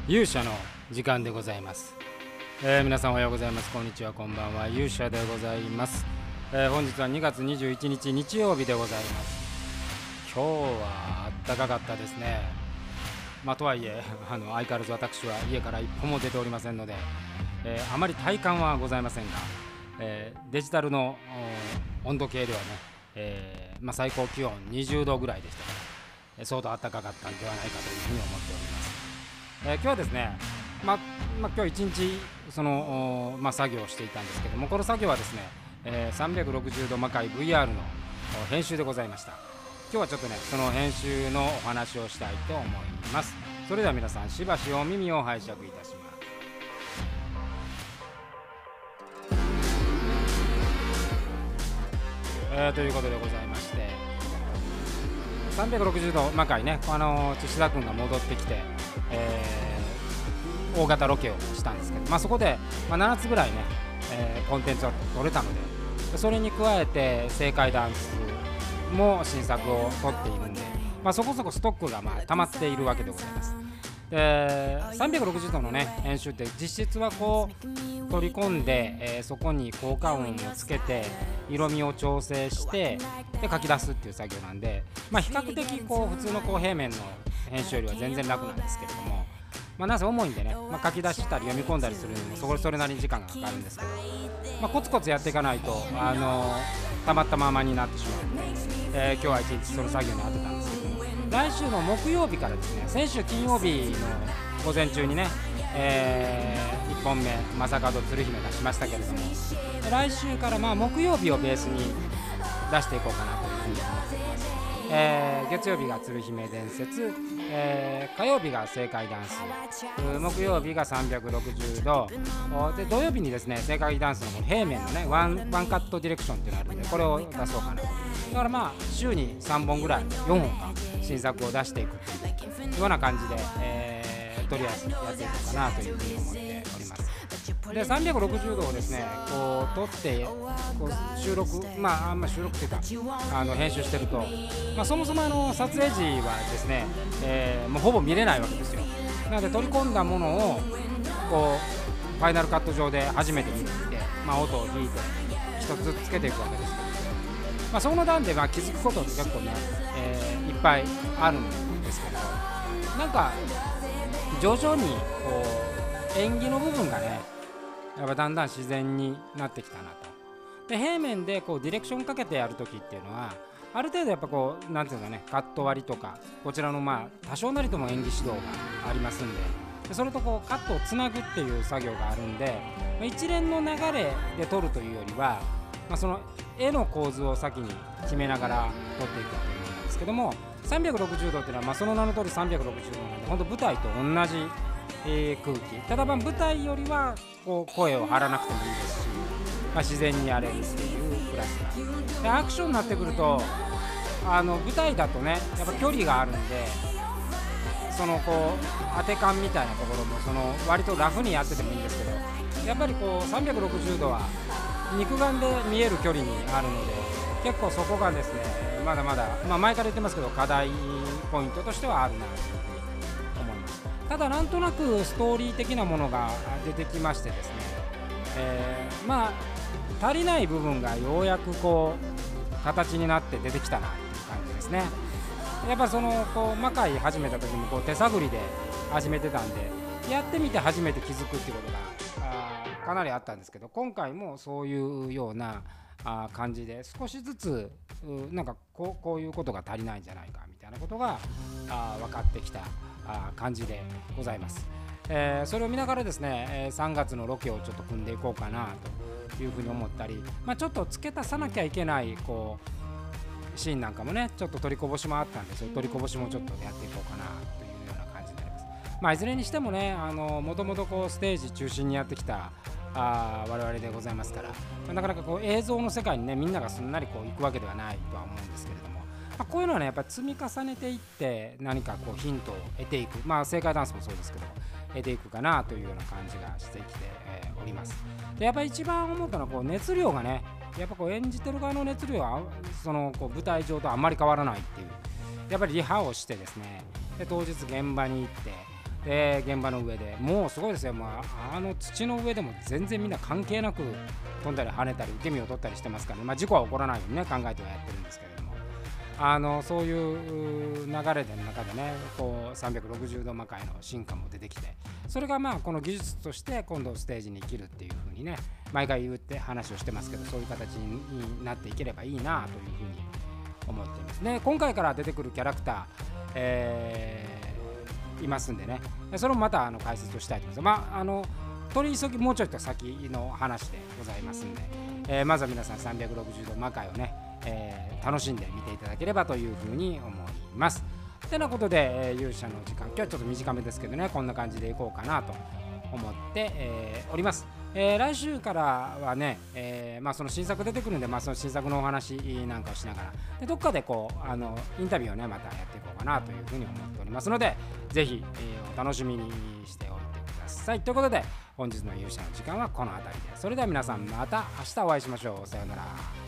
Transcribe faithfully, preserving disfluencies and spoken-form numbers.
勇者の時間でございます、えー、皆さんおはようございます。こんにちは、こんばんは。勇者でございます、えー、本日はにがつにじゅういちにち日曜日でございます。今日は暖かかったですね。まあとはいえあの相変わらず私は家から一歩も出ておりませんので、えー、あまり体感はございませんが、えー、デジタルの温度計ではね、えーまあ、最高気温にじゅうどぐらいでしたから、相当暖かかったんではないかというふうに思っております。えー、今日はですね、ままあ、今日一日その、まあ、作業をしていたんですけども、この作業はですね、えー、さんびゃくろくじゅうど魔界 ブイアール の編集でございました。今日はちょっとねその編集のお話をしたいと思います。それでは皆さんしばしお耳を拝借いたします。えー、ということでございまして、さんびゃくろくじゅうど魔界ね、あのー、土田君が戻ってきて、えー、大型ロケをしたんですけど、まあ、そこで、まあ、ななつぐらいね、えー、コンテンツは取れたので、それに加えて正解ダンスも新作を取っているんで、まあ、そこそこストックがまあ溜まっているわけでございます。でさんびゃくろくじゅうどのね編集って実質はこう取り込んで、えー、そこに効果音をつけて色味を調整してで書き出すっていう作業なんで、まあ、比較的こう普通のこう平面の編集よりは全然楽なんですけれども、まあ、なぜ重いんでね、まあ、書き出したり読み込んだりするにもそれそれなりに時間がかかるんですけど、まあ、コツコツやっていかないと、あのー、たまったままになってしまうので、えー、今日は一日その作業に当てたんですけども、来週の木曜日からですね、先週金曜日の午前中にね、えー、いっぽんめ正門鶴姫出しましたけれども、来週からまあ木曜日をベースに出していこうかなというふうに思っております。えー、月曜日が鶴姫伝説、えー、火曜日が正解ダンス、木曜日がさんびゃくろくじゅうどで、土曜日にですね正解ダンスのこの平面のねワン、ワンカットディレクションっていうのがあるんで、これを出そうかなと。だからまあ週にさんぼんぐらいよんほんか新作を出していくというような感じで、えー、とりあえずやっていこうかなというふうに思っております。でさんびゃくろくじゅうどをですねこう撮ってこう収録、まああんま収録っていうかあの編集してると、まあ、そもそもあの撮影時はですね、えー、もうほぼ見れないわけですよ。なので取り込んだものをこうファイナルカット上で初めて見て、まあ、音を弾いて一つずつつけていくわけですけど、まあ、その段でまあ気づくことって結構ね、えー、いっぱいあるんですけど、なんか徐々にこう演技の部分がねやっぱだんだん自然になってきたなと。で平面でこうディレクションかけてやるときっていうのはある程度やっぱこうなんていうかねカット割りとかこちらのまあ多少なりとも演技指導がありますんで、でそれとこうカットをつなぐっていう作業があるんで、まあ、一連の流れで撮るというよりは、まあ、その絵の構図を先に決めながら撮っていくっていうものなんですけども、さんびゃくろくじゅうどっていうのはまあその名の通りさんびゃくろくじゅうどなんで本当舞台と同じえー、空気、ただまあ舞台よりはこう声を張らなくてもいいですし、まあ、自然にやれるっていうプラスがで、アクションになってくるとあの舞台だとねやっぱ距離があるんで、そのこう当て感みたいなところもその割とラフにやっててもいいんですけど、やっぱりこうさんびゃくろくじゅうどは肉眼で見える距離にあるので、結構そこがですねまだまだ、まあ、前から言ってますけど課題ポイントとしてはあるなというふうに思います。ただなんとなくストーリー的なものが出てきましてですね、えー、まあ足りない部分がようやくこう形になって出てきたなっていう感じですね。やっぱそのこう魔界始めた時もこう手探りで始めてたんで、やってみて初めて気づくっていうことがあかなりあったんですけど、今回もそういうようなあ感じで少しずつなんかこう、こういうことが足りないんじゃないかみたいなことがあ分かってきた感じでございます。えー、それを見ながらですねさんがつのロケをちょっと組んでいこうかなというふうに思ったり、まあ、ちょっと付け足さなきゃいけないこうシーンなんかもねちょっと取りこぼしもあったんで、そういう取りこぼしもちょっとやっていこうかなというような感じになります。まあ、いずれにしてもねあのもともとこうステージ中心にやってきたあ我々でございますから、まあ、なかなかこう映像の世界にねみんながすんなりこう行くわけではないとは思うんですけれども、まあ、こういうのはねやっぱり積み重ねていって何かこうヒントを得ていく、まあ正解ダンスもそうですけど得ていくかなというような感じがしてきて、えー、おります。でやっぱり一番思ったのはこう熱量がねやっぱこう演じてる側の熱量はそのこう舞台上とあんまり変わらないっていう、やっぱりリハをしてですねで当日現場に行ってで現場の上でもうすごいですよ、まあ、あの土の上でも全然みんな関係なく飛んだり跳ねたり受け身を取ったりしてますからね、まあ、事故は起こらないようにね考えてはやってるんですけれども、あのそういう流れでの中でねこうさんびゃくろくじゅうど魔界の進化も出てきて、それがまあこの技術として今度ステージに生きるっていう風にね毎回言って話をしてますけど、そういう形になっていければいいなというふうに思っていますね。今回から出てくるキャラクター、えー、いますんでね、それもまたあの解説をしたいと思います。まああの取り急ぎもうちょっと先の話でございますんで、えー、まずは皆さんさんびゃくろくじゅうど魔界をね、えー、楽しんで見ていただければというふうに思います。てなことで、えー、勇者の時間今日はちょっと短めですけどね、こんな感じでいこうかなと思って、えー、おります。えー、来週からはね、えーまあ、その新作出てくるんで、まあ、その新作のお話なんかをしながらでどっかでこうあのインタビューをねまたやっていこうかなというふうに思っておりますので、ぜひ、えー、お楽しみにしておいてください。ということで本日の勇者の時間はこの辺りで、それでは皆さんまた明日お会いしましょう。さようなら。